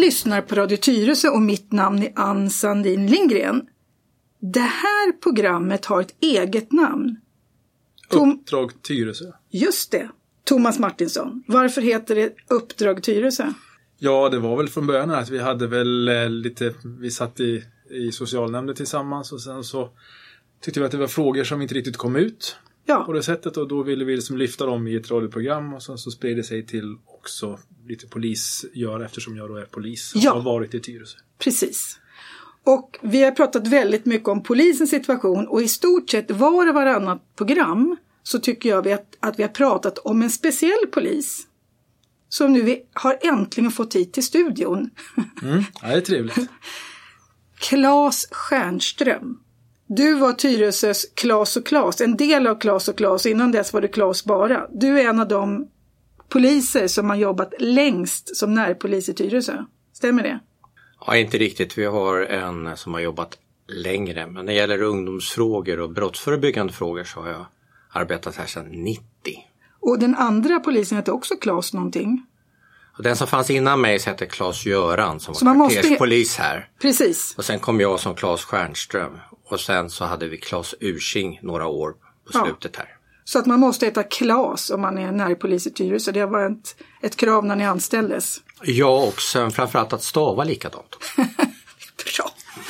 lyssnar på Radio Tyresö och mitt namn är Ann Sandin Lindgren. Det här programmet har ett eget namn. Uppdrag Tyresö. Just det. Thomas Martinsson. Varför heter det Uppdrag Tyresö? Ja, det var väl från början att vi hade väl vi satt i socialnämnden tillsammans och sen så tyckte vi att det var frågor som inte riktigt kom ut på det sättet och då ville vi liksom lyfta dem i ett radioprogram och sen så spred det sig till också lite polisgöra eftersom jag då är polis och har varit i Tyresö. Precis. Och vi har pratat väldigt mycket om polisens situation och i stort sett var och varannat program så tycker jag att vi har pratat om en speciell polis som nu har äntligen fått hit till studion. Ja, det är trevligt. Claes Stjernström. Du var Tyresös Claes och Claes, en del av Claes och Claes. Innan dess var det Claes bara. Du är en av de poliser som har jobbat längst som närpolis i Tyresö. Stämmer det? Ja, inte riktigt. Vi har en som har jobbat längre. Men när det gäller ungdomsfrågor och brottsförebyggande frågor så har jag arbetat här sedan 90. Och den andra polisen heter också Claes någonting? Och den som fanns innan mig hette Claes Göran som var kvarterspolis här. Precis. Och sen kom jag som Claes Stjernström. Och sen så hade vi Claes Ursing några år på slutet här. Så att man måste heta Claes om man är närpolis i Tyresö. Det var ett krav när ni anställdes. Ja, och sen framförallt att stava likadant. Bra.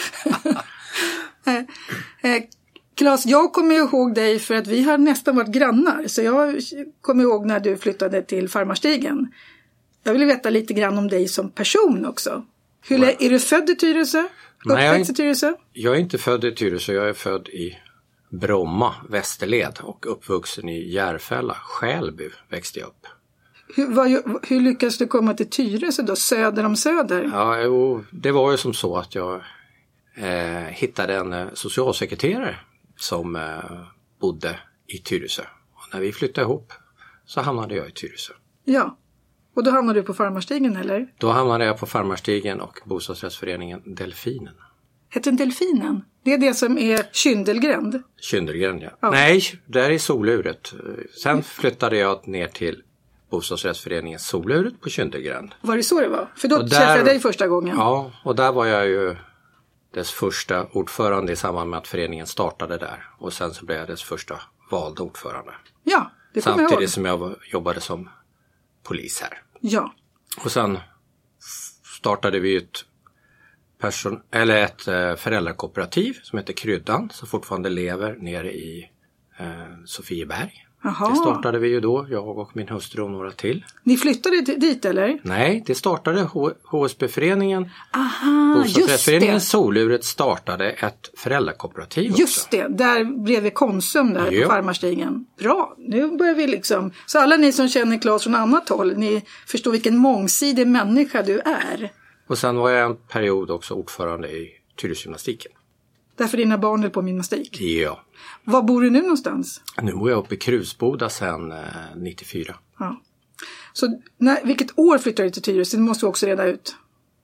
Claes, jag kommer ihåg dig för att vi har nästan varit grannar. Så jag kommer ihåg när du flyttade till Farmarstigen. Jag vill veta lite grann om dig som person också. Är du född i Tyresö? Uppväxt i Tyresö? Jag är inte född i Tyresö. Jag är född i Bromma, Västerled och uppvuxen i Järfälla, Skälby växte jag upp. Hur lyckades du komma till Tyresö då? Söder om Söder? Ja, det var ju som så att jag hittade en socialsekreterare som bodde i Tyresö. Och när vi flyttade ihop så hamnade jag i Tyresö. Ja, och då hamnade du på Farmarstigen eller? Då hamnade jag på Farmarstigen och bostadsrättsföreningen Delfinen. Heter den Delfinen? Det är det som är Kyndelgränd? Kyndelgränd, ja. Nej, där är Soluret. Sen flyttade jag ner till bostadsrättsföreningen Soluret på Kyndelgränd. Var det så det var? För då träffade jag dig första gången. Ja, och där var jag ju dess första ordförande i samband med att föreningen startade där. Och sen så blev jag dess första valda ordförande. Ja, det kommer jag ihåg. Samtidigt som jag jobbade som polis här. Ja. Och sen startade vi ett föräldrakooperativ som heter Kryddan som fortfarande lever nere i Sofieberg. Aha. Det startade vi ju då, jag och min hustru och några till. Ni flyttade dit eller? Nej, det startade HSB-föreningen. Aha, Bostadsrättsföreningen Soluret startade ett föräldrakooperativ också. Just det, där bredvid Konsum där på Farmarstigen. Bra, nu börjar vi liksom. Så alla ni som känner Claes från annat håll, ni förstår vilken mångsidig människa du är. Och sen var jag en period också ordförande i Tyresögymnastiken. Därför dina barn höll på med gymnastik? Ja. Var bor du nu någonstans? Nu bor jag uppe i Krusboda sedan 94. Ja. Så vilket år flyttade du till Tyresö? Det måste vi också reda ut.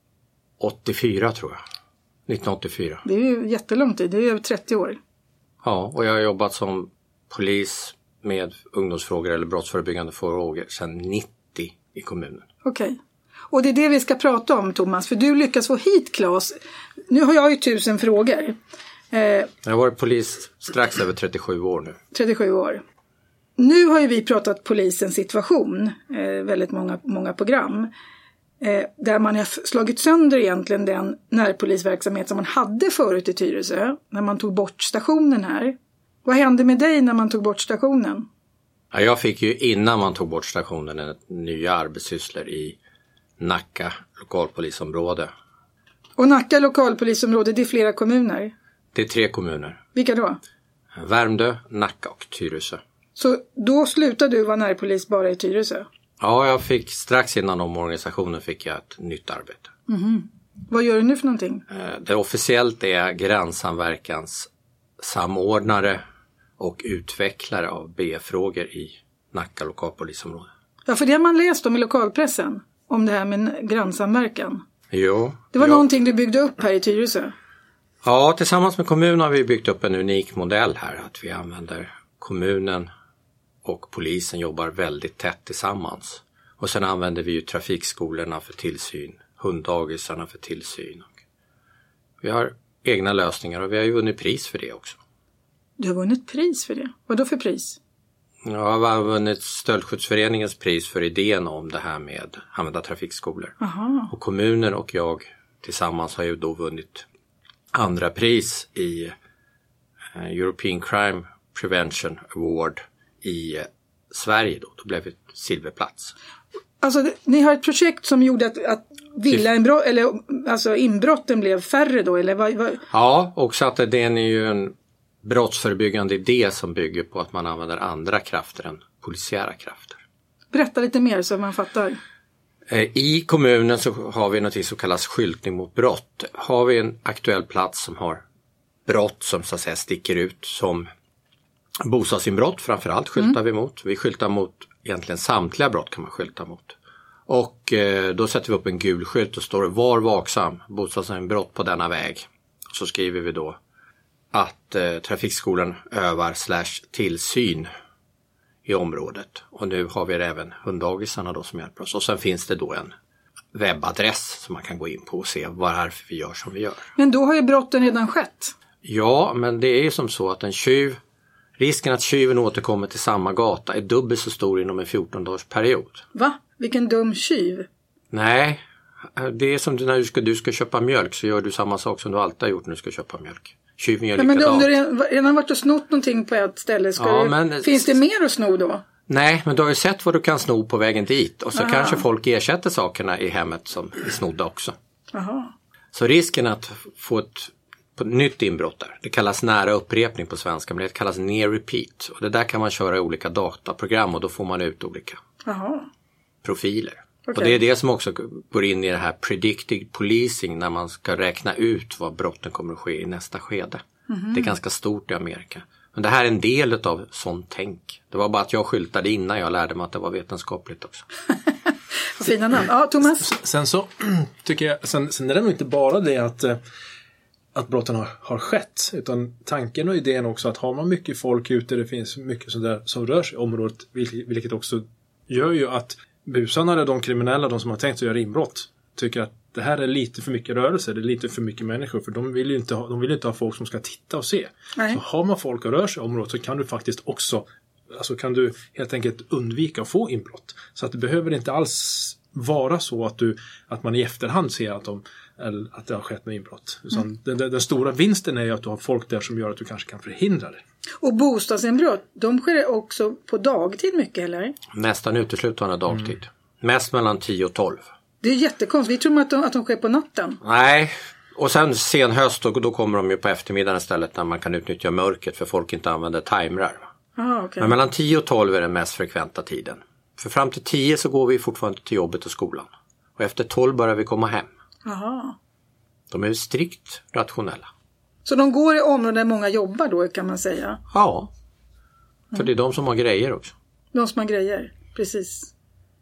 84 tror jag. 1984. Det är ju jättelång tid, det är över 30 år. Ja, och jag har jobbat som polis med ungdomsfrågor eller brottsförebyggande frågor sedan 90 i kommunen. Okej. Och det är det vi ska prata om, Thomas. För du lyckas få hit Claes. Nu har jag ju 1000 frågor. Jag har varit polis strax över 37 år nu. 37 år. Nu har ju vi pratat polisens situation. Väldigt många program. Där man har slagit sönder egentligen den närpolisverksamhet som man hade förut i Tyresö. När man tog bort stationen här. Vad hände med dig när man tog bort stationen? Ja, jag fick ju innan man tog bort stationen nya arbetssysslor i Nacka lokalpolisområde. Och Nacka lokalpolisområde, det är flera kommuner? Det är 3 kommuner. Vilka då? Värmdö, Nacka och Tyresö. Så då slutade du vara närpolis bara i Tyresö? Ja, jag fick strax innan omorganisationen fick jag ett nytt arbete. Mm-hmm. Vad gör du nu för någonting? Det officiellt är gränssamverkanssamordnare och utvecklare av B-frågor i Nacka lokalpolisområde. Ja, för det har man läst om i lokalpressen. Om det här med grannsamverkan. Jo. Det var någonting du byggde upp här i Tyresö. Ja, tillsammans med kommunen har vi byggt upp en unik modell här. Att vi använder kommunen och polisen jobbar väldigt tätt tillsammans. Och sen använder vi ju trafikskolorna för tillsyn hunddagisarna för tillsyn. Vi har egna lösningar och vi har ju vunnit pris för det också. Du har vunnit pris för det? Vad då för pris? Ja, vi har vunnit Stöldskyddsföreningens pris för idén om det här med använda trafikskolor. Aha. Och kommunen och jag tillsammans har ju då vunnit andra pris i European Crime Prevention Award i Sverige då. Då blev det silverplats. Alltså ni har ett projekt som gjorde att inbrotten blev färre då? Eller vad? Ja, också att det är ju en brottsförebyggande idé som bygger på att man använder andra krafter än polisiära krafter. Berätta lite mer så man fattar. I kommunen så har vi något som kallas skyltning mot brott. Har vi en aktuell plats som har brott som så att säga sticker ut som bostadsinbrott framförallt skyltar vi mot. Vi skyltar mot egentligen samtliga brott kan man skylta mot. Och då sätter vi upp en gul skylt och står var vaksam bostadsinbrott på denna väg. Så skriver vi då att trafikskolan övar /tillsyn i området. Och nu har vi även hunddagisarna då som hjälper oss. Och sen finns det då en webbadress som man kan gå in på och se varför vi gör som vi gör. Men då har ju brotten redan skett. Ja, men det är ju som så att risken att tjuven återkommer till samma gata är dubbelt så stor inom en 14-dagsperiod. Va? Vilken dum tjuv? Nej, det är som när du ska köpa mjölk så gör du samma sak som du alltid har gjort när du ska köpa mjölk. Tjuven gör men om du redan varit och snott någonting på ett ställe, finns det mer att sno då? Nej, men du har ju sett vad du kan sno på vägen dit. Och så kanske folk ersätter sakerna i hemmet som är snodda också. Aha. Så risken att få ett nytt inbrott där, det kallas nära upprepning på svenska, men det kallas near repeat. Och det där kan man köra i olika dataprogram och då får man ut olika profiler. Okay. Och det är det som också går in i det här predictive policing när man ska räkna ut vad brotten kommer att ske i nästa skede. Mm-hmm. Det är ganska stort i Amerika. Men det här är en del av sånt tänk. Det var bara att jag skyltade innan jag lärde mig att det var vetenskapligt också. Fina namn. Ja, Thomas? Sen så tycker jag, sen är det nog inte bara det att brotten har skett, utan tanken och idén också att har man mycket folk ute, det finns mycket sådär som rör sig i området, vilket också gör ju att busarna eller de kriminella, de som har tänkt att göra inbrott, tycker att det här är lite för mycket rörelse, det är lite för mycket människor, för de vill ju inte ha folk som ska titta och se. Nej. Så har man folk och rör sig i området så kan du faktiskt också, alltså kan du helt enkelt undvika att få inbrott. Så att det behöver inte alls vara så att man i efterhand ser att det har skett med inbrott. Den stora vinsten är ju att du har folk där som gör att du kanske kan förhindra det. Och bostadsinbrott, de sker också på dagtid mycket, eller? Nästan uteslutande dagtid. Mest mellan 10 och 12. Det är jättekonstigt. Vi tror att de sker på natten. Nej, och sen sen höst då kommer de ju på eftermiddagen istället när man kan utnyttja mörkret för folk inte använder timrar. Okay. Men mellan 10 och 12 är den mest frekventa tiden. För fram till 10 så går vi fortfarande till jobbet och skolan. Och efter 12 börjar vi komma hem. Aha. De är strikt rationella. Så de går i områden där många jobbar då, kan man säga? Ja, för det är de som har grejer också. De som har grejer, precis.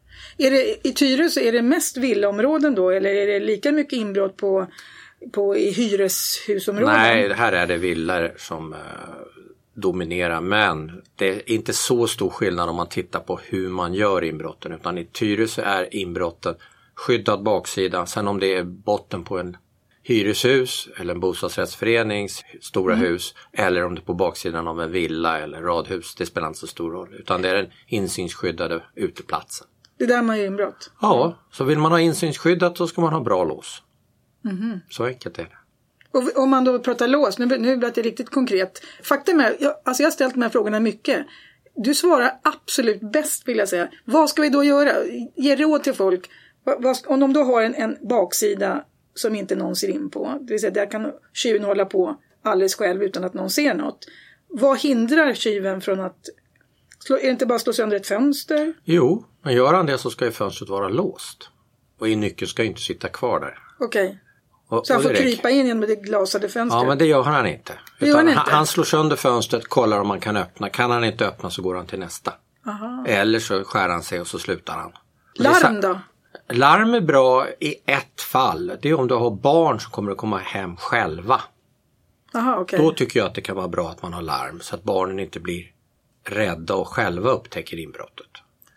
I Tyresö är det mest villaområden då, eller är det lika mycket inbrott på i hyreshusområden? Nej, här är det villor som dominerar, men det är inte så stor skillnad om man tittar på hur man gör inbrotten, utan i Tyresö är inbrotten skyddad baksida. Sen om det är botten på en hyreshus eller en bostadsrättsförenings stora hus, eller om det är på baksidan av en villa eller radhus, det spelar inte så stor roll, utan det är den insynsskyddade uteplatsen. Det är där man gör inbrott? Ja, så vill man ha insynsskyddat så ska man ha bra lås. Mm-hmm. Så enkelt är det. Och om man då pratar lås, nu blir det riktigt konkret. Faktum är, jag har ställt de här frågorna mycket. Du svarar absolut bäst, vill jag säga. Vad ska vi då göra? Ge råd till folk. Om de då har en baksida som inte någon ser in på, det vill säga där kan tjuven hålla på alldeles själv utan att någon ser något. Vad hindrar tjuven från att är det inte bara att slå sönder ett fönster? Jo, men gör han det så ska ju fönstret vara låst. Och nyckeln ska inte sitta kvar där. Okej. Så han får krypa in genom det glasade fönstret? Ja, men det gör han inte. Han slår sönder fönstret, kollar om man kan öppna. Kan han inte öppna så går han till nästa. Aha. Eller så skär han sig och så slutar han. Larm då? Larm är bra i ett fall. Det är om du har barn som kommer att komma hem själva. Aha, okay. Då tycker jag att det kan vara bra att man har larm så att barnen inte blir rädda och själva upptäcker inbrottet.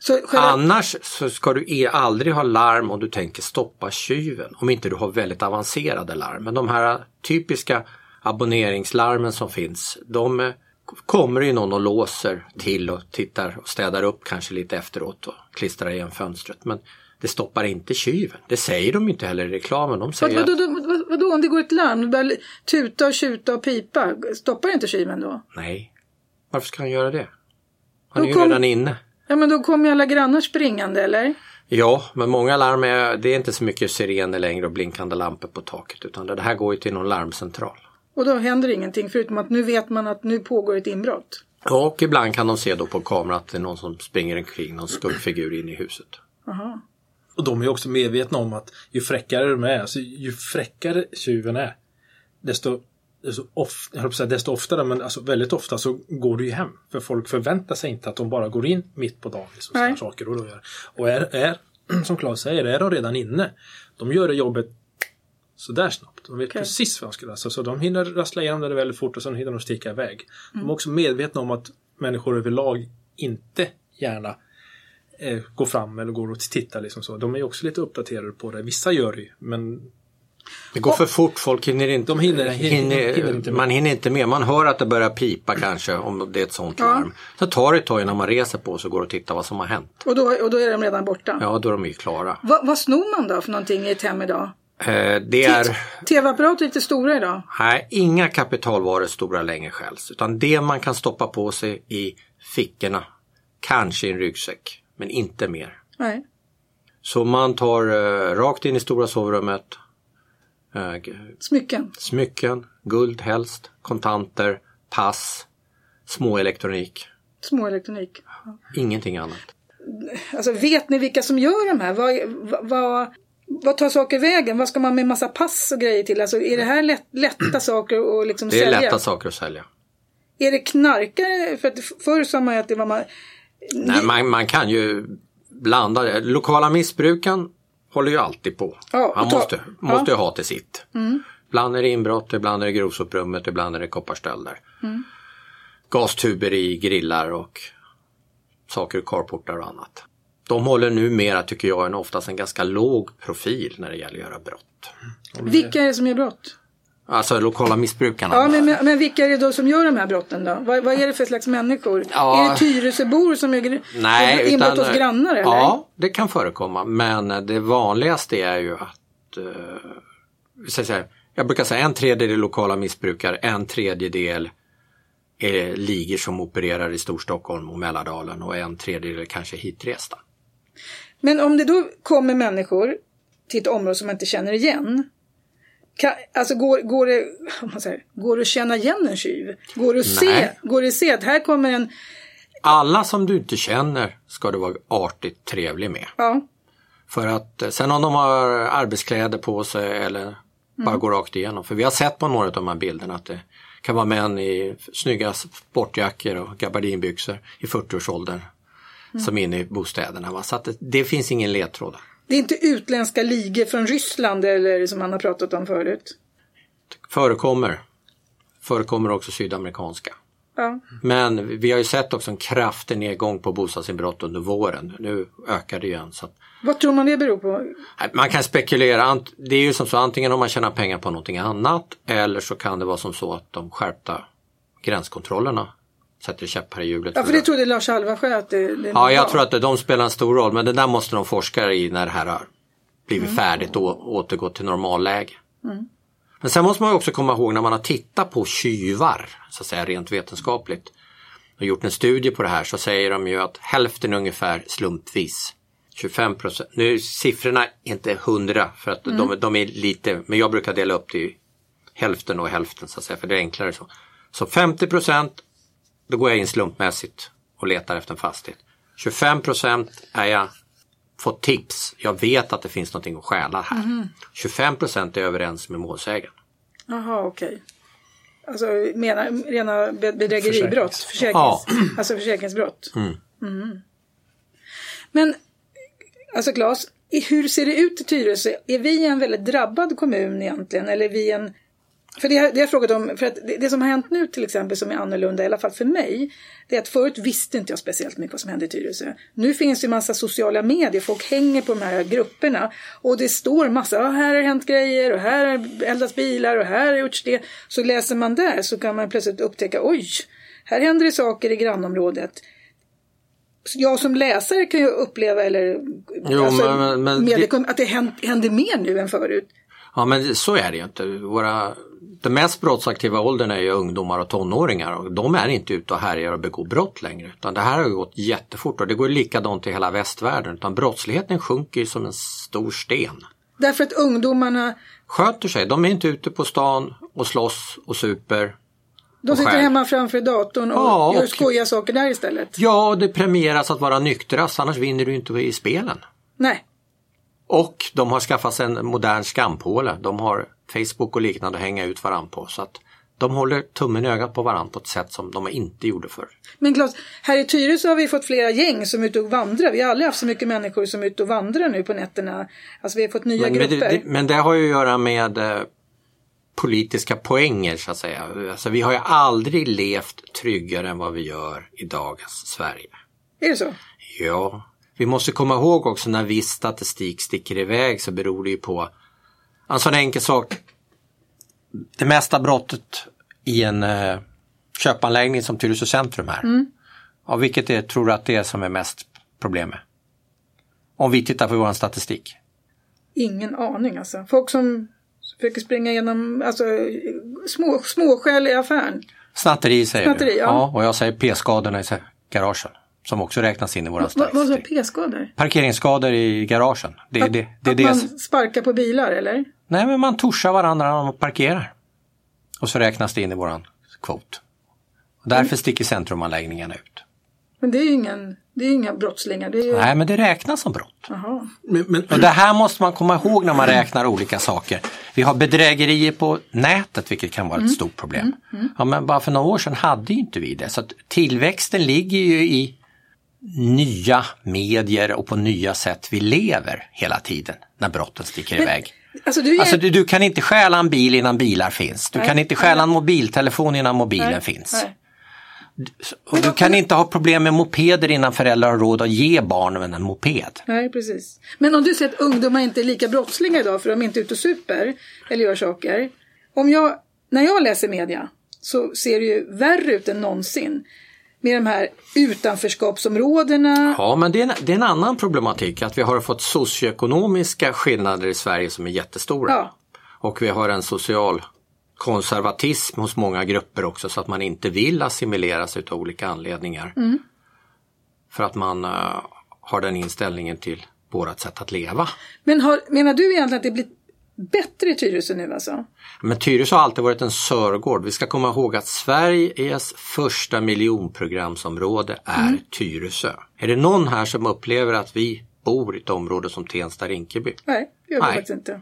Annars så ska du aldrig ha larm om du tänker stoppa tjuven. Om inte du har väldigt avancerade larm. Men de här typiska abonneringslarmen som finns, de kommer ju någon och låser till och tittar och städar upp kanske lite efteråt och klistrar igen fönstret. Men det stoppar inte tjuven. Det säger de inte heller i reklamen. De säger vadå om det går ett larm? Du börjar tuta och tjuta och pipa. Stoppar inte tjuven då? Nej. Varför ska han göra det? Han är ju redan inne. Ja, men då kommer ju alla grannar springande, eller? Ja, men många larm det är inte så mycket sirener längre och blinkande lampor på taket. Utan det här går ju till någon larmcentral. Och då händer ingenting förutom att nu vet man att nu pågår ett inbrott. Och ibland kan de se då på kameran att det är någon som springer omkring, någon skuggfigur in i huset. Aha. Och de är också medvetna om att ju fräckare de är, alltså ju fräckare tjuven är, desto oftare, men alltså väldigt ofta så går du ju hem. För folk förväntar sig inte att de bara går in mitt på dagen. Liksom, sådana saker. Och är som Claes säger, är de redan inne. De gör det jobbet så där snabbt. De vet precis vad de ska läsa. Så de hinner rassla igenom det väldigt fort och sen hinner de sticka iväg. De är också medvetna om att människor överlag inte gärna går fram eller går och tittar. Liksom så. De är också lite uppdaterade på det. Vissa gör det, men det går för fort, folk hinner inte. Man hinner inte med. Man hör att det börjar pipa kanske om det är ett sånt larm. Så tar det ett tag när man reser på så går och tittar vad som har hänt. Och då är de redan borta? Ja, då är de ju klara. Vad snor man då för någonting i ett hem idag? Det är TV-apparater lite stora idag? Nej, inga kapitalvaror stora längre skälls. Utan det man kan stoppa på sig i fickorna. Kanske i en ryggsäck, men inte mer. Nej. Så man tar rakt in i stora sovrummet. Smycken, guld helst, kontanter, pass, småelektronik. Ja. Ingenting annat. Alltså vet ni vilka som gör de här? Vad tar saker vägen? Vad ska man med massa pass och grejer till? Alltså är det här lätta saker att liksom sälja? Det är lätta saker att sälja. Är det knarkare? För att förr sa man ju att det var Nej, man kan ju blanda det. Lokala missbrukaren håller ju alltid på. Ja, han måste ju ha till sitt. Ibland är det inbrott, ibland är det grovsoprummet, ibland är det kopparstölder. Gastuber i grillar och saker i carportar och annat. De håller numera, tycker jag, oftast en ganska låg profil när det gäller att göra brott. Vilka är det som gör brott? Alltså lokala missbrukarna. Ja, men vilka är det då som gör de här brotten då? Vad är det för slags människor? Ja. Är det Tyresöbor som är inbrott hos grannar eller? Ja, det kan förekomma. Men det vanligaste är ju att jag brukar säga 1/3 lokala missbrukare, 1/3 ligor som opererar i Storstockholm och Mälardalen och 1/3 kanske hitresta. Men om det då kommer människor till ett område som man inte känner igen, alltså går det att känna igen en tjuv? Går det att se att här kommer en... Alla som du inte känner ska du vara artigt trevlig med. Ja. För att sen om de har arbetskläder på sig eller bara går rakt igenom. För vi har sett på några av de här bilderna att det kan vara män i snygga sportjackor och gabardinbyxor i 40-årsåldern som är inne i bostäderna. Så att det finns ingen ledtråd. Det är inte utländska ligor från Ryssland eller som man har pratat om förut? Förekommer också sydamerikanska. Ja. Men vi har ju sett också en kraftig nedgång på bostadsinbrott under våren. Nu ökar det igen. Så att vad tror man det beror på? Man kan spekulera. Det är ju som så, antingen om man tjänar pengar på någonting annat eller så kan det vara som så att de skärpta gränskontrollerna sätter käppar i hjulet. Ja, för det trodde Lars Halvarsjö att det ja, jag tror att de spelar en stor roll, men det där måste de forska i när det här har blivit färdigt och återgå till normalläge. Men sen måste man ju också komma ihåg när man har tittat på tjuvar, så att säga rent vetenskapligt, och gjort en studie på det här, så säger de ju att hälften ungefär slumpvis. 25%. Nu siffrorna är inte 100 för att de är lite, men jag brukar dela upp till hälften och hälften så att säga, för det är enklare så. Så 50%, då går jag in slumpmässigt och letar efter en fastighet. 25% är jag fått tips. Jag vet att det finns någonting att stjäla här. 25% är överens med målsägaren. Jaha, okej. Alltså rena bedrägeribrott, alltså försäkringsbrott. Men alltså Claes, hur ser det ut i Tyresö? Är vi en väldigt drabbad kommun egentligen? Eller är vi en För det jag frågade om, för att det som har hänt nu till exempel som är annorlunda, i alla fall för mig, det är att förut visste inte jag speciellt mycket vad som hände i Tyresö. Nu finns det ju massa sociala medier, folk hänger på de här grupperna och det står massa, här har hänt grejer och här har eldats bilar och här har gjorts det. Så läser man där så kan man plötsligt upptäcka, oj, här händer det saker i grannområdet. Jag som läsare kan ju uppleva att det händer mer nu än förut. Ja, men så är det ju inte. Den mest brottsaktiva åldern är ju ungdomar och tonåringar och de är inte ute och härjar och begår brott längre. Utan det här har gått jättefort och det går likadant i hela västvärlden. Utan brottsligheten sjunker ju som en stor sten. Därför att ungdomarna sköter sig. De är inte ute på stan och slåss och super. De sitter hemma framför datorn och gör skojiga saker där istället. Ja, det premieras att vara nyktrast, annars vinner du inte i spelen. Nej. Och de har skaffat sig en modern skampåle. De har Facebook och liknande att hänga ut varandra på. Så att de håller tummen i ögat på varandra på ett sätt som de inte gjorde förr. Men Claes, här i Tyresö har vi fått flera gäng som är ute och vandrar. Vi har aldrig haft så mycket människor som är ute och vandrar nu på nätterna. Alltså vi har fått nya grupper. Men det har ju att göra med politiska poänger så att säga. Alltså, vi har ju aldrig levt tryggare än vad vi gör i dagens Sverige. Är det så? Ja. Vi måste komma ihåg också när viss statistik sticker iväg så beror det ju på en sån enkel sak. Det mesta brottet i en köpanläggning som Tyresö centrum här. Mm. Ja, vilket tror du att det är som är mest problemet? Om vi tittar på vår statistik. Ingen aning alltså. Folk som försöker springa igenom småskäl i affären. Snatteri säger du. Ja. Ja, och jag säger p-skadorna i garagen. Som också räknas in i våra statistik. Vad är p-skador? Parkeringsskador i garagen. Att man sparkar på bilar eller? Nej, men man torsar varandra när man parkerar. Och så räknas det in i våran kvot. Och därför sticker centrumanläggningarna ut. Men det är inga brottslingar. Nej, men det räknas som brott. Jaha. Och det här måste man komma ihåg när man räknar olika saker. Vi har bedrägerier på nätet, vilket kan vara ett stort problem. Ja, men bara för några år sedan hade inte vi det. Så att tillväxten ligger ju i nya medier och på nya sätt vi lever hela tiden när brotten sticker iväg. Alltså du kan inte stjäla en bil innan bilar finns. Du kan inte stjäla en mobiltelefon innan mobilen finns. Nej. Och du kan inte ha problem med mopeder innan föräldrar har råd att ge barnen en moped. Nej, precis. Men om du säger att ungdomar inte är lika brottslingar idag för de är inte ute och super eller gör saker. När jag läser media så ser det ju värre ut än någonsin. Med de här utanförskapsområdena. Ja, men det är en annan problematik. Att vi har fått socioekonomiska skillnader i Sverige som är jättestora. Ja. Och vi har en social konservatism hos många grupper också. Så att man inte vill assimileras av olika anledningar. Mm. För att man har den inställningen till vårat sätt att leva. Men menar du egentligen att det blir bättre i Tyresö nu alltså? Men Tyresö har alltid varit en sörgård. Vi ska komma ihåg att Sveriges första miljonprogramsområde är Tyresö. Är det någon här som upplever att vi bor i ett område som Tensta-Rinkeby? Nej, det gör vi faktiskt inte.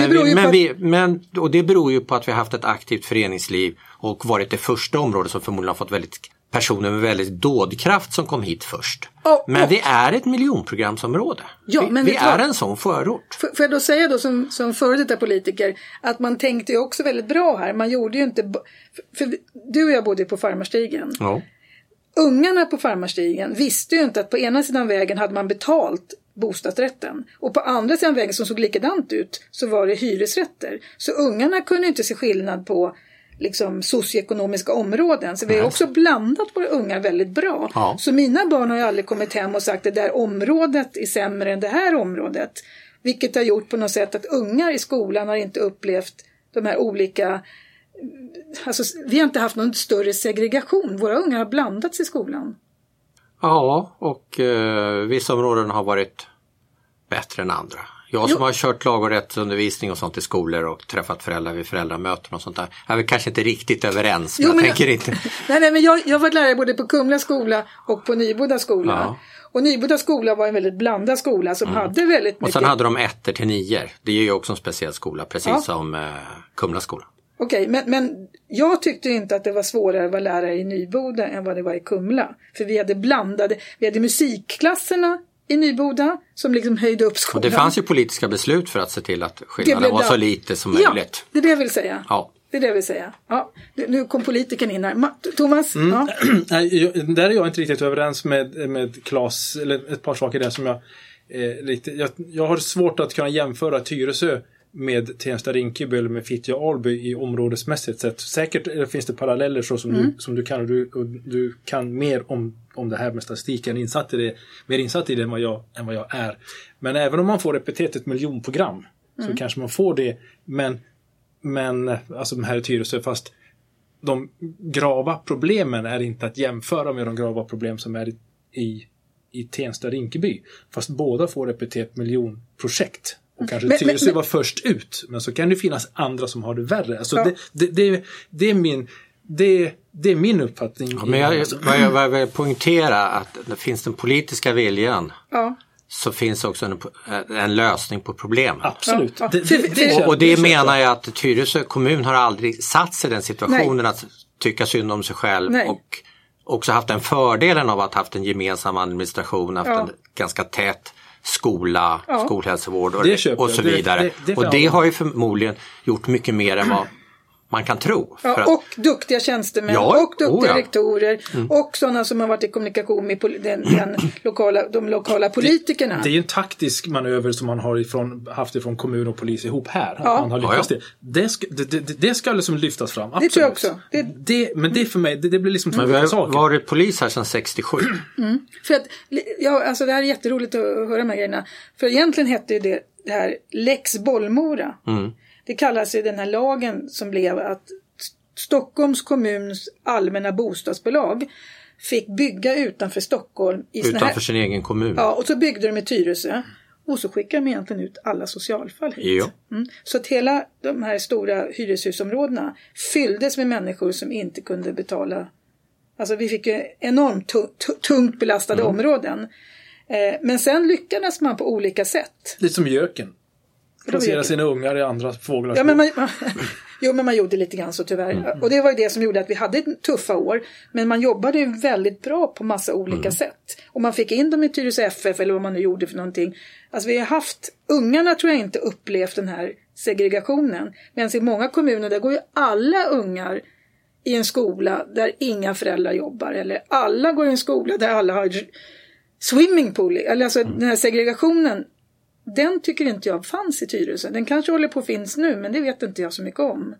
Och det beror ju på att vi har haft ett aktivt föreningsliv och varit det första området som förmodligen har fått personer med väldigt dådkraft som kom hit först. Men vi är ett miljonprogramsområde. Ja, vi är en sån förort. Får jag då säga då som före detta politiker att man tänkte ju också väldigt bra här. Man gjorde ju inte... För du och jag bodde på Farmarstigen. Ja. Ungarna på Farmarstigen visste ju inte att på ena sidan vägen hade man betalt bostadsrätten. Och på andra sidan vägen som såg likadant ut så var det hyresrätter. Så ungarna kunde inte se skillnad på liksom socioekonomiska områden. Så vi har också blandat våra ungar väldigt bra. Ja. Så mina barn har ju aldrig kommit hem och sagt att det där området är sämre än det här området. Vilket har gjort på något sätt att ungar i skolan har inte upplevt de här olika... Alltså, vi har inte haft någon större segregation. Våra ungar har blandats i skolan. Ja, och vissa områden har varit bättre än andra. Jag som har kört lag- och rättsundervisning och sånt i skolor och träffat föräldrar vid föräldramöten och sånt där. Jag är kanske inte riktigt överens, men jag tänker inte. Nej, men jag har varit lärare både på Kumla skola och på Nyboda skola. Ja. Och Nyboda skola var en väldigt blandad skola som hade väldigt mycket... Och sen hade de 1-9. Det är ju också en speciell skola, precis som Kumla skola. Okej, men jag tyckte inte att det var svårare att vara lärare i Nyboda än vad det var i Kumla. För vi hade musikklasserna i Nyboda som liksom höjde upp skolan. Och det fanns ju politiska beslut för att se till att skillnaden var så lite som möjligt. Ja, det är det jag vill säga. Ja. Det är det jag vill säga. Ja, nu kom politikern in här. Thomas? Ja. Där är jag inte riktigt överens med Claes, eller ett par saker där som jag har svårt att kunna jämföra Tyresö med Tensta-Rinkeby eller med Fittja-Alby i områdesmässigt sett. Säkert finns det paralleller så som du kan, och du kan mer om det här med statistiken, mer insatt i det än vad jag är. Men även om man får epitetet miljonprogram så kanske man får det, men alltså de här i Tyresö, fast de grava problemen är inte att jämföra med de grava problem som är i Tensta-Rinkeby. Fast båda får epitet miljonprojekt. Och kanske Tyresö var först ut. Men så kan det finnas andra som har det värre. Alltså det är min uppfattning. Ja, men jag vill poängtera att det finns den politiska viljan. Ja. Så finns också en lösning på problemet. Absolut. Ja. Och det menar jag att Tyresö kommun har aldrig satt sig i den situationen att tycka synd om sig själv. Nej. Och också haft den fördelen av att haft en gemensam administration, haft en ganska tät skola, skolhälsovård och så vidare. Och det har ju förmodligen gjort mycket mer än vad man kan tro. Och duktiga tjänstemän och duktiga rektorer och sådana som har varit i kommunikation med de lokala politikerna. Det är ju en taktisk manöver som man har haft ifrån kommun och polis ihop här. Man har lyckats det ska liksom lyftas fram. Absolut. Det tror jag också. Men det för mig, det blir liksom två saker. Vi har varit polis här sedan 67. För att, alltså det här är jätteroligt att höra de här grejerna. För egentligen hette det här Lex Bollmora. Det kallas ju den här lagen som blev att Stockholms kommuns allmänna bostadsbolag fick bygga utanför Stockholm. Utanför sin egen kommun. Ja, och så byggde de i Tyresö. Och så skickade de egentligen ut alla socialfall hit. Så att hela de här stora hyreshusområdena fylldes med människor som inte kunde betala. Alltså vi fick ju enormt tungt belastade områden. Men sen lyckades man på olika sätt. Lite som göken. Placera sina ungar i andra fåglar. Ja, men man gjorde lite grann så tyvärr. Och det var ju det som gjorde att vi hade tuffa år. Men man jobbade ju väldigt bra på massa olika sätt. Och man fick in dem i Tyresö FF eller vad man nu gjorde för någonting. Alltså vi har haft, ungarna tror jag inte upplevt den här segregationen. Men i många kommuner där går ju alla ungar i en skola där inga föräldrar jobbar. Eller alla går i en skola där alla har swimmingpool. Eller alltså den här segregationen. Den tycker inte jag fanns i Tyresö. Den kanske håller på att finnas nu, men det vet inte jag så mycket om.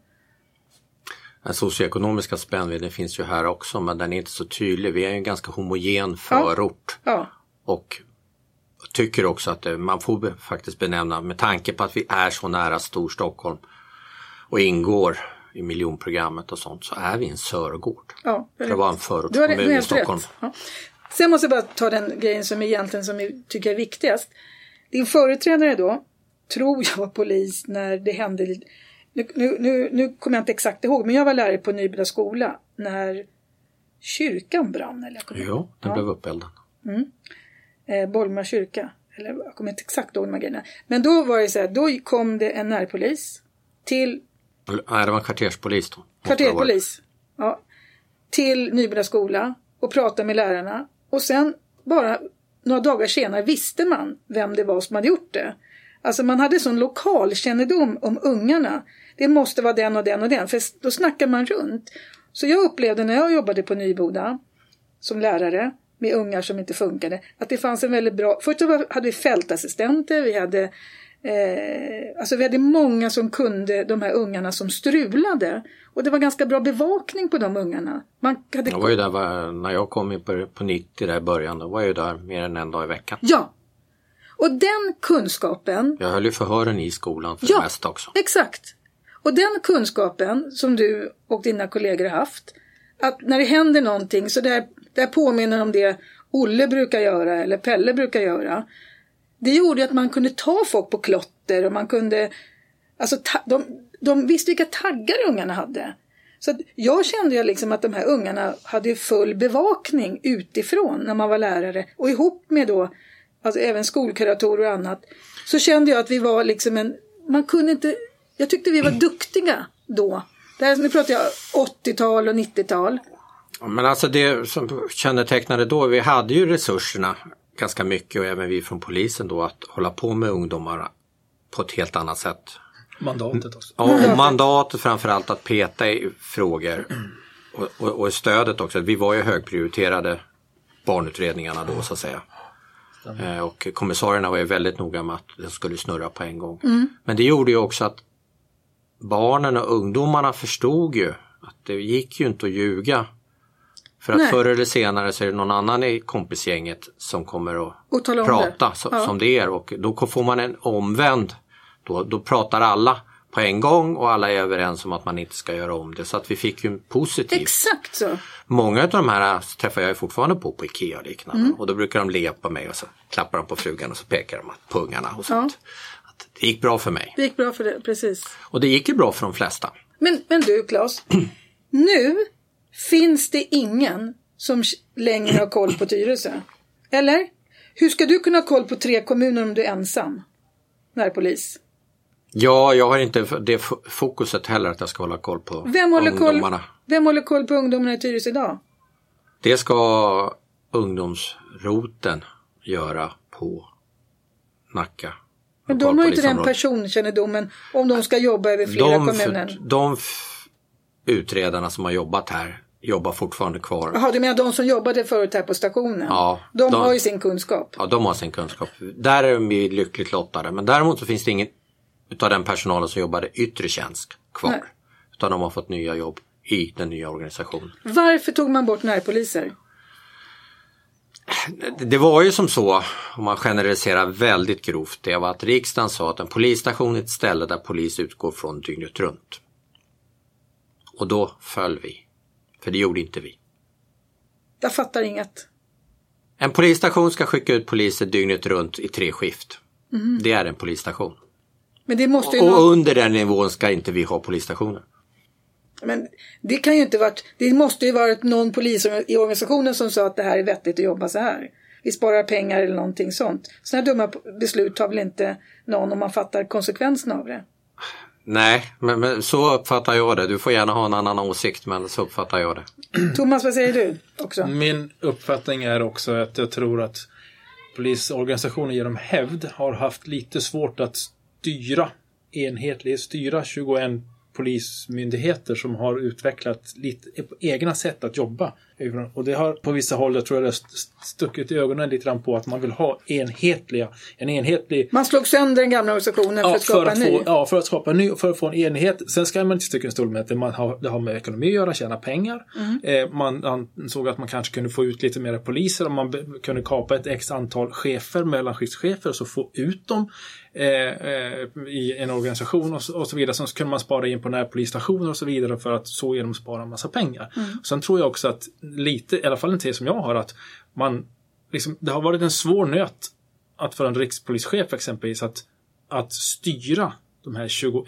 Den socioekonomiska spännvidden finns ju här också, men den är inte så tydlig. Vi är en ganska homogen förort. Och tycker också att man får faktiskt benämna, med tanke på att vi är så nära Storstockholm och ingår i miljonprogrammet och sånt, så är vi en Sörgård. För att vara en förortskommun i Stockholm. Sen måste jag bara ta den grejen som jag tycker är viktigast. Din företrädare då, tror jag var polis när det hände, nu kommer jag inte exakt ihåg, men jag var lärare på Nybro skola när kyrkan brann. Eller den blev uppeldad. Bollmora kyrka, eller jag kommer inte exakt ihåg de här grejerna. Men då var det så här, då kom det en närpolis till... Nej, det var kvarterspolis då. Kvarterspolis, till Nybro skola och pratade med lärarna. Och sen bara... Några dagar senare visste man vem det var som hade gjort det. Alltså man hade sån lokal kännedom om ungarna. Det måste vara den och den och den. För då snackar man runt. Så jag upplevde när jag jobbade på Nyboda som lärare med ungar som inte funkade. Att det fanns en väldigt bra... Först hade vi fältassistenter. Vi hade många som kunde de här ungarna som strulade. Och det var ganska bra bevakning på de ungarna. Jag var ju där när jag kom in på 90 där i början. Då var jag ju där mer än en dag i veckan. Ja. Och den kunskapen... Jag höll ju förhören i skolan för det mesta också. Exakt. Och den kunskapen som du och dina kollegor har haft. Att när det händer någonting så där påminner om det Olle brukar göra eller Pelle brukar göra. Det gjorde att man kunde ta folk på klotter och man kunde... Alltså de visste vilka taggar ungarna hade. Så att jag kände ju liksom att de här ungarna hade full bevakning utifrån när man var lärare. Och ihop med då, alltså även skolkuratorer och annat, så kände jag att vi var liksom man kunde inte... Jag tyckte vi var duktiga då. Nu pratar jag 80-tal och 90-tal. Men alltså det som kännetecknade då, vi hade ju resurserna ganska mycket och även vi från polisen då att hålla på med ungdomar på ett helt annat sätt Mandatet också. Ja, och mandatet framförallt att peta i frågor och stödet också. Vi var ju högprioriterade barnutredningarna då så att säga. Och kommissarierna var ju väldigt noga med att det skulle snurra på en gång. Men det gjorde ju också att barnen och ungdomarna förstod ju att det gick ju inte att ljuga. För att förr eller senare så är det någon annan i kompisgänget som kommer att prata som det är. Och då får man en omvänd. Då pratar alla på en gång och alla är överens om att man inte ska göra om det. Så att vi fick ju en positiv. Exakt så. Många av de här träffar jag fortfarande på Ikea och liknande. Och då brukar de le på mig och så klappar de på frugan och så pekar de på ungarna och sånt. Att det gick bra för mig. Det gick bra för det, precis. Och det gick ju bra för de flesta. Men du Claes, nu finns det ingen som längre har koll på Tyresö. Eller? Hur ska du kunna ha koll på 3 kommuner om du är ensam? Närpolis. Ja, jag har inte det fokuset heller att jag ska hålla koll på ungdomarna. Vem håller koll på ungdomarna i Tyresö idag? Det ska ungdomsroten göra på Nacka. Men de har ju inte den personkännedomen om de ska jobba över flera kommuner. De utredarna som har jobbat här jobbar fortfarande kvar. Jaha, du menar de som jobbade förut här på stationen? Ja. De har ju sin kunskap. Ja, de har sin kunskap. Där är de ju lyckligt lottade. Men däremot så finns det ingen utav den personalen som jobbade yttre tjänst kvar. Nej. Utan de har fått nya jobb i den nya organisationen. Varför tog man bort närpoliser? Det var ju som så, om man generaliserar väldigt grovt, det var att riksdagen sa att en polisstation är ett ställe där polis utgår från dygnet runt. Och då föll vi. För det gjorde inte vi. Jag fattar inget. En polisstation ska skicka ut poliser dygnet runt i 3 skift. Det är en polisstation. Men det måste ju och under den nivån ska inte vi ha polisstationer. Men det kan ju inte varit, det måste ju varit någon polis i organisationen som sa att det här är vettigt att jobba så här. Vi sparar pengar eller någonting sånt. Sådana dumma beslut tar väl inte någon om man fattar konsekvenserna av det. Nej, men så uppfattar jag det. Du får gärna ha en annan åsikt, men så uppfattar jag det. Thomas, vad säger du också? Min uppfattning är också att jag tror att polisorganisationen genom hävd har haft lite svårt att styra 21 polismyndigheter som har utvecklat lite egna sätt att jobba. Och det har på vissa håll, jag tror jag, stuckit i ögonen lite grann på att man vill ha en enhetlig... Man slog sönder den gamla organisationen för att skapa en ny. Ja, för att skapa en ny och för att få en enhet. Sen ska man inte sticka en stol med att det har med ekonomi att göra, tjäna pengar. Man såg att man kanske kunde få ut lite mer poliser om man kunde kapa ett x antal chefer, mellanskiftschefer och så få ut dem i en organisation och så vidare. Sen kunde man spara in på närpolisstationer och så vidare för att så genom spara en massa pengar. Sen tror jag också att lite, i alla fall en tes som jag har, att man liksom, det har varit en svår nöt att för en rikspolischef exempelvis att styra de här 21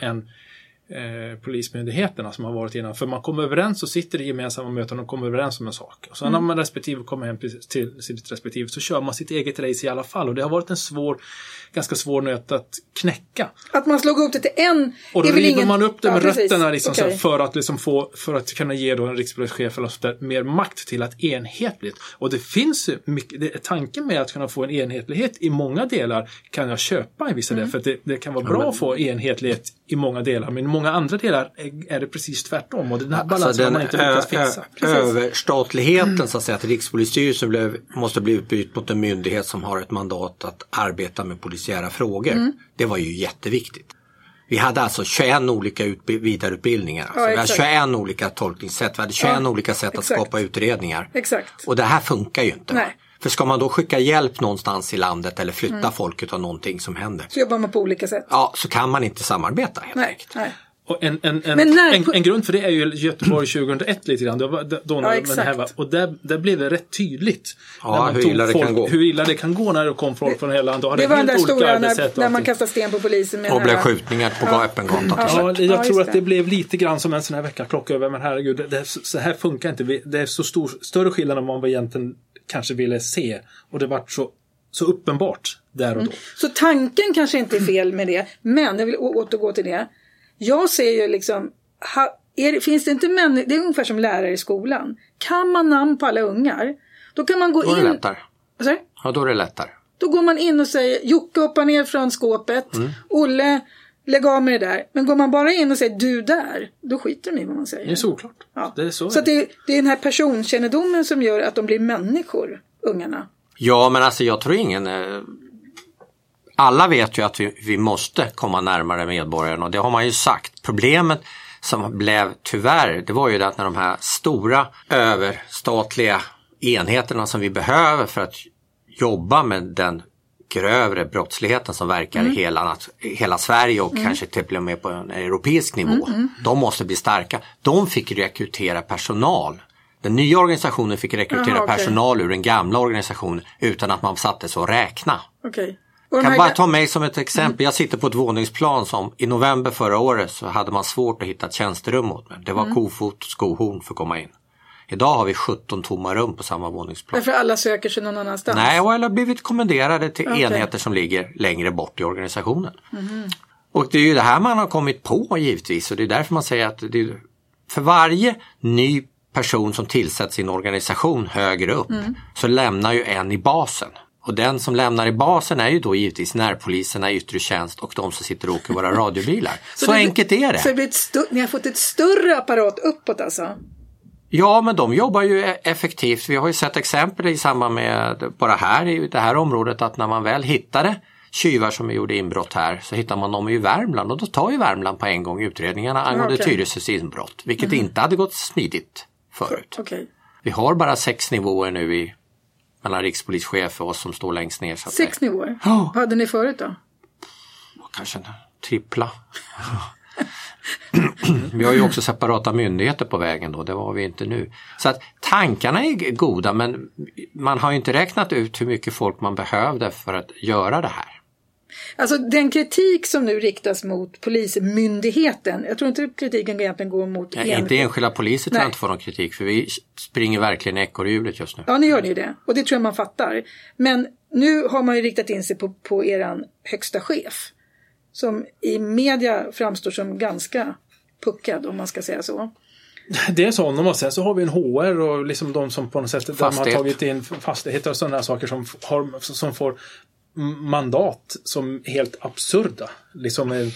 polismyndigheterna som har varit innan. För man kommer överens och sitter i gemensamma möten och kommer överens om en sak. Och sen när man respektive kommer hem till sitt respektive så kör man sitt eget race i alla fall. Och det har varit en ganska svår nöt att knäcka. Att man slog upp det till en... Och då river man upp det med rötterna liksom, okay. för att kunna ge då en rikspolischef eller mer makt till att enhetligt. Och det finns mycket, tanken med att kunna få en enhetlighet i många delar kan jag köpa i vissa delar. För att det kan vara bra att få enhetlighet i många delar, men i många andra delar är det precis tvärtom och den här balansen har man inte lyckats fixa. Överstatligheten så att säga, att Rikspolisstyrelsen måste bli utbytt mot en myndighet som har ett mandat att arbeta med polisiära frågor. Det var ju jätteviktigt. Vi hade alltså 21 olika vidareutbildningar. Alltså. Vi hade 21 olika tolkningssätt. Vi hade 21 olika sätt att skapa utredningar. Exakt. Och det här funkar ju inte. Nej. För ska man då skicka hjälp någonstans i landet eller flytta folket av någonting som händer. Så jobbar man på olika sätt. Ja, så kan man inte samarbeta helt enkelt. Nej. Och en grund för det är ju Göteborg 2001 lite grann. Och där blev det rätt tydligt. Ja, hur illa det kan gå när det kom folk från hela landet. Det var den där stora när man kastar sten på polisen. Och blev skjutningar på öppen gata. Ja, jag tror att det blev lite grann som en sån här veckaklocka över. Men herregud, så här funkar inte. Det är så större skillnad än vad man egentligen kanske ville se. Och det var så uppenbart där och då. Så tanken kanske inte är fel med det. Men jag vill återgå till det. Jag ser ju liksom, finns det inte det är ungefär som lärare i skolan. Kan man namn på alla ungar, då kan man gå in. Då är det lättare. Ja, då är det lättare. Då går man in och säger, Jocke hoppar ner från skåpet, Olle lägg av med det där. Men går man bara in och säger du där, då skiter de i vad man säger. Det är såklart. Ja. Det är så. Så det är den här personkännedomen som gör att de blir människor, ungarna. Ja, men alltså jag tror ingen... Alla vet ju att vi måste komma närmare medborgarna och det har man ju sagt. Problemet som blev tyvärr, det var ju det att när de här stora överstatliga enheterna som vi behöver för att jobba med den grövre brottsligheten som verkar i hela Sverige och kanske till och med på en europeisk nivå. De måste bli starka. De fick rekrytera personal. Den nya organisationen fick rekrytera personal ur den gamla organisationen utan att man satte sig och räkna. Okej. Kan bara ta mig som ett exempel. Jag sitter på ett våningsplan som i november förra året så hade man svårt att hitta ett tjänsterum åt mig. Det var kofot och skohorn för att komma in. Idag har vi 17 tomma rum på samma våningsplan. Därför alla söker sig någon annanstans? Nej, och eller blivit kommenderade till enheter som ligger längre bort i organisationen. Och det är ju det här man har kommit på givetvis. Och det är därför man säger att för varje ny person som tillsätts i en organisation högre upp så lämnar ju en i basen. Och den som lämnar i basen är ju då givetvis närpoliserna i yttre tjänst och de som sitter och åker våra radiobilar. Så enkelt är det. Så det blir ni har fått ett större apparat uppåt alltså? Ja, men de jobbar ju effektivt. Vi har ju sett exempel i samband med bara här i det här området att när man väl hittade tjuvar som gjorde inbrott här så hittar man dem i Värmland och då tar ju Värmland på en gång utredningarna angående Tyresös inbrott, vilket inte hade gått smidigt förut. Vi har bara 6 nivåer nu mellan rikspolischef och oss som står längst ner. 6 nivåer? Vad hade ni förut då? Kanske trippla. Vi har ju också separata myndigheter på vägen då, det var vi inte nu. Så att tankarna är goda men man har ju inte räknat ut hur mycket folk man behövde för att göra det här. Alltså den kritik som nu riktas mot polismyndigheten, jag tror inte kritiken egentligen går mot... Inte enskilda poliser tror jag inte får någon kritik för vi springer verkligen ekorrhjulet just nu. Ja, ni gör ju det och det tror jag man fattar. Men nu har man ju riktat in sig på eran högsta chef som i media framstår som ganska puckad om man ska säga så. Det är så honom och sen så har vi en HR och liksom de som på något sätt de har tagit in fastigheter och sådana saker som får mandat som helt absurda. Liksom en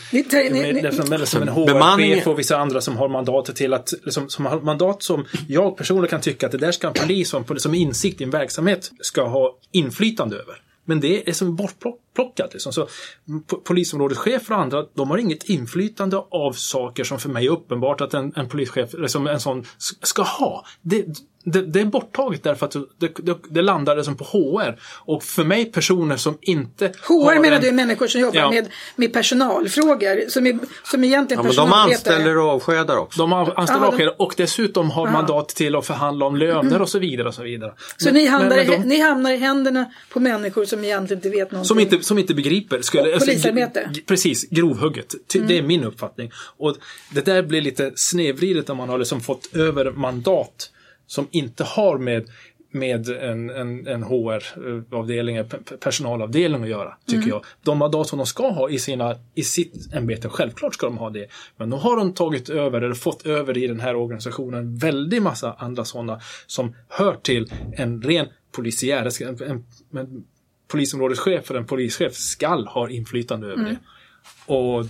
HR-chef och vissa andra som har mandat till att liksom, som har mandat som jag personligen kan tycka att det där ska en polis som insikt i en verksamhet ska ha inflytande över. Men det är som bortplockat. Liksom. Så polisområdeschefer och andra, de har inget inflytande av saker som för mig är uppenbart att en polischef, liksom en sån, ska ha. Det är borttaget därför att det landar som på HR. Och för mig personer som inte... HR menar du människor som jobbar med personalfrågor som egentligen men de anställer och avskedar också. De anställer och avskedar och dessutom har mandat till att förhandla om löner och så vidare och så vidare. Så ni hamnar i händerna på människor som egentligen inte vet någonting. Som inte begriper. Polisarbete. Precis, grovhugget. Det är min uppfattning. Och det där blir lite snedvridet om man har liksom fått över mandat som inte har med en HR-avdelning, personalavdelning att göra, tycker jag. De mandat som de ska ha i sitt ämbete, självklart ska de ha det. Men då har de tagit över eller fått över i den här organisationen väldigt massa andra sådana som hör till en ren polisiär. En polisområdeschef eller en polischef skall ha inflytande över det. Och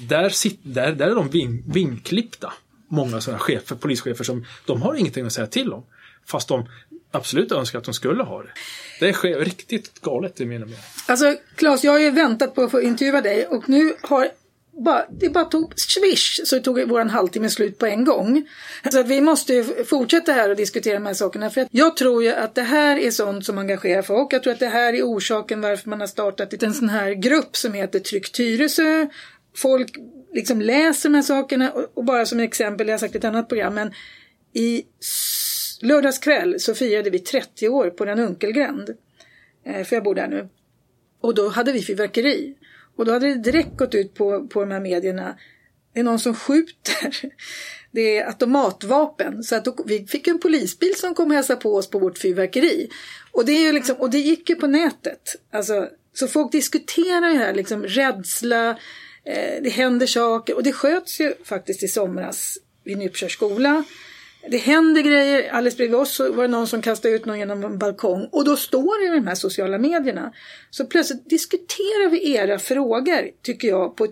där är de vinklippta. Många sådana chefer, polischefer som de har ingenting att säga till om. Fast de absolut önskar att de skulle ha det. Det är riktigt galet i mina mening. Alltså Claes, jag har ju väntat på att få intervjua dig och nu har det bara tog swish så tog våran halvtimme slut på en gång. Så att vi måste fortsätta här och diskutera de här sakerna. För att jag tror ju att det här är sånt som engagerar folk. Jag tror att det här är orsaken varför man har startat en sån här grupp som heter Tryck Tyresö. Folk liksom läser de här sakerna och bara som exempel, jag har sagt ett annat program, men i lördagskväll så firade vi 30 år på den Unkelgränd. För jag bor där nu. Och då hade vi fyrverkeri. Och då hade det direkt gått ut på de här medierna. Det är någon som skjuter. Det är automatvapen. Så att vi fick en polisbil som kom och hälsa på oss på vårt fyrverkeri. Och det är ju liksom, och det gick ju på nätet. Alltså, så folk diskuterar ju här liksom rädsla. Det händer saker. Och det sköts ju faktiskt i somras vid Nypsjörs skola. Det händer grejer. Alldeles bredvid oss så var det någon som kastade ut någon genom en balkong. Och då står det i de här sociala medierna. Så plötsligt diskuterar vi era frågor, tycker jag, på ett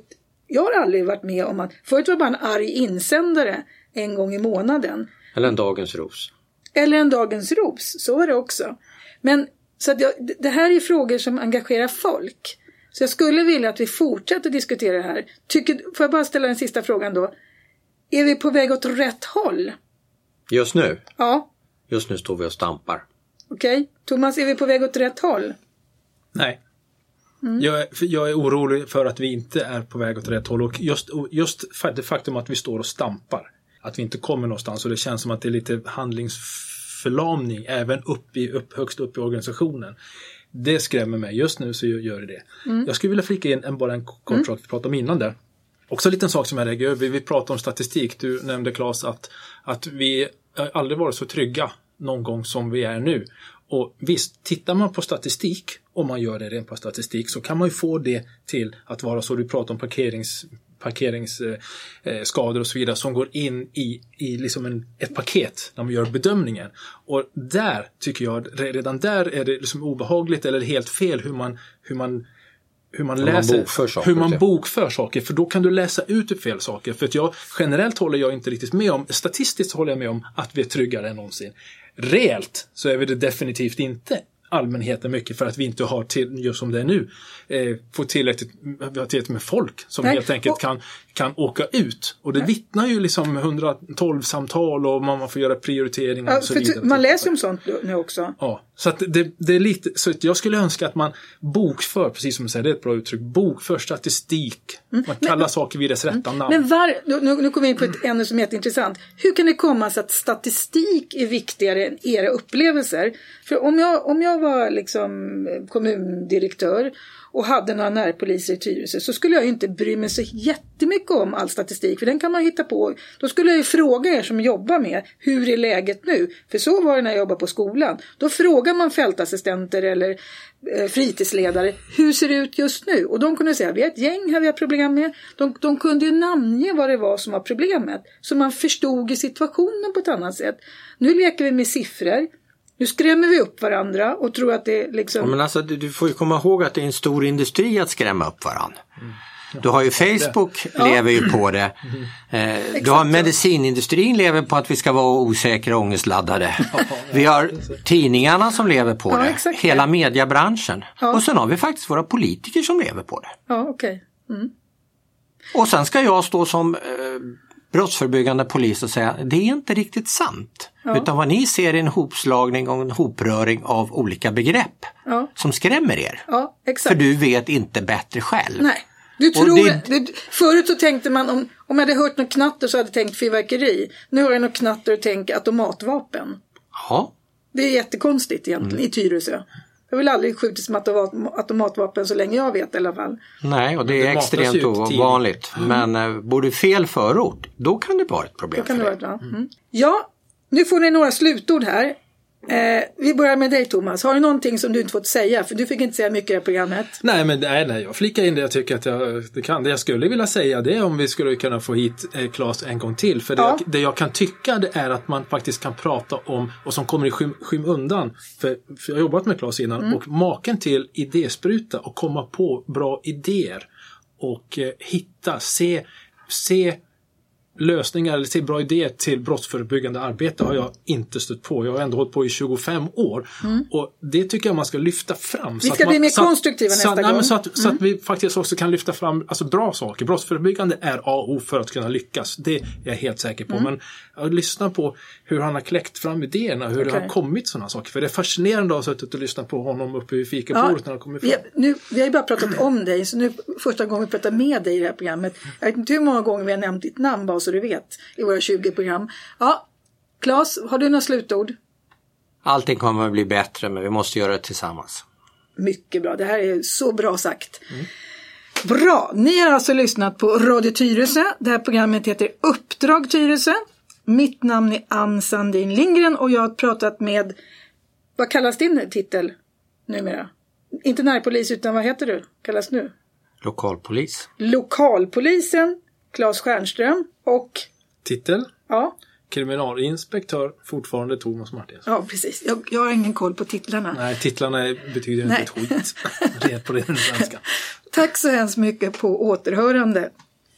jag har aldrig varit med om att, förut var det bara en arg insändare en gång i månaden. Eller en dagens ros. Eller en dagens ros, så är det också. Men så att det här är frågor som engagerar folk. Så jag skulle vilja att vi fortsätter diskutera det här. Får jag bara ställa den sista frågan då? Är vi på väg åt rätt håll? Just nu? Ja. Just nu står vi och stampar. Okej. Thomas, är vi på väg åt rätt håll? Nej. Jag är orolig för att vi inte är på väg åt rätt håll. Och just det faktum att vi står och stampar. Att vi inte kommer någonstans. Och det känns som att det är lite handlingsförlamning även högst upp i organisationen. Det skrämmer mig. Just nu så gör det. Jag skulle vilja flika in bara en kort sak vi pratade om innan där. Också en liten sak som jag reagerar över. Vi pratade om statistik. Du nämnde, Claes, att vi aldrig varit så trygga någon gång som vi är nu. Och visst, tittar man på statistik, om man gör det rent på statistik, så kan man ju få det till att vara så. Du pratar om parkeringsskador och så vidare som går in i liksom ett paket när man gör bedömningen. Och där tycker jag, redan där är det liksom obehagligt eller helt fel hur man bokför saker, för då kan du läsa ut fel saker. För att generellt håller jag inte riktigt med om, statistiskt håller jag med om att vi är tryggare än någonsin. Reellt så är vi det definitivt inte, allmänheten, mycket, för att vi inte har just som det är nu får tillräckligt med folk som helt enkelt kan åka ut. Och det vittnar ju liksom 112 samtal och man får göra prioriteringar och så vidare. Man läser om sånt nu också. Ja, så att det är lite, så att jag skulle önska att man bokför, precis som du säger, det är ett bra uttryck, bokför statistik. Man kallar saker vid dess rätta namn. Men nu kommer vi in på ett ämne som är jätteintressant. Hur kan det komma sig att statistik är viktigare än era upplevelser? För om jag var liksom kommundirektör och hade några närpoliser i Tyresö, så skulle jag ju inte bry mig så jättemycket om all statistik, för den kan man hitta på. Då skulle jag ju fråga er som jobbar med, hur är läget nu? För så var det när jag jobbade på skolan. Då frågar man fältassistenter eller fritidsledare, hur ser det ut just nu? Och de kunde säga, vi har ett gäng här vi har problem med. De kunde ju namnge vad det var som var problemet, så man förstod i situationen på ett annat sätt. Nu leker vi med siffror. Nu skrämmer vi upp varandra och tror att det liksom... Ja, men alltså, du får ju komma ihåg att det är en stor industri att skrämma upp varandra. Du har ju Facebook, lever ju på det. Du har medicinindustrin lever på att vi ska vara osäkra och ångestladdade. Vi har tidningarna som lever på det. Exakt. Hela mediebranschen. Ja. Och sen har vi faktiskt våra politiker som lever på det. Ja, okej. Och sen ska jag stå som... brottsförebyggande polis och säga, det är inte riktigt sant. Ja. Utan vad ni ser är en hopslagning och en hopröring av olika begrepp som skrämmer er. Ja, exakt. För du vet inte bättre själv. Nej. Förut så tänkte man, om jag hade hört något knatter så hade jag tänkt fyrverkeri. Nu har jag något knatter och tänker automatvapen. Ja. Det är jättekonstigt egentligen i Tyresö. Jag vill aldrig skjutas med automatvapen så länge jag vet i alla fall. Nej, och det är extremt ovanligt. Men bor du fel förort, då kan det vara ett problem för dig. Ja, nu får ni några slutord här. Vi börjar med dig, Thomas. Har du någonting som du inte fått säga? För du fick inte säga mycket i det här programmet. Nej, jag flikar in det jag tycker att det kan. Det jag skulle vilja säga, det är om vi skulle kunna få hit Claes en gång till. För det jag kan tycka, det är att man faktiskt kan prata om, och som kommer i skymundan. För jag har jobbat med Claes innan. Och maken till idéspruta och komma på bra idéer. Och se lösningar eller se bra idéer till brottsförebyggande arbete har jag inte stött på. Jag har ändå hållit på i 25 år. Och det tycker jag man ska lyfta fram. Vi ska bli mer konstruktiva nästa gång. Så att vi faktiskt också kan lyfta fram bra saker. Brottsförebyggande är A och O för att kunna lyckas. Det är jag helt säker på. Men jag lyssnar på hur han har kläckt fram idéerna. Hur det har kommit sådana saker. För det är fascinerande att ha suttit och lyssna på honom uppe vid fikabordet när han kommer fram. Vi har ju bara pratat om dig. Så nu första gången vi pratar med dig i det här programmet. Jag vet inte hur många gånger vi har nämnt ditt namn bara så du vet i våra 20 program. Ja, Claes, har du några slutord? Allting kommer att bli bättre, men vi måste göra det tillsammans. Mycket bra, det här är så bra sagt. Bra, ni har alltså lyssnat på Radio Tyresö. Det här programmet heter Uppdrag Tyresö. Mitt namn är Ann Sandin Lindgren och jag har pratat med, vad kallas din titel numera? Inte närpolis, utan vad heter du? Kallas nu? Lokalpolis. Lokalpolisen Claes Stjernström och... Titel? Ja. Kriminalinspektör, fortfarande Thomas Martinsson. Ja, precis. Jag har ingen koll på titlarna. Nej, titlarna betyder inte ett skit. Red på det svenska. Tack så hemskt mycket, på återhörande.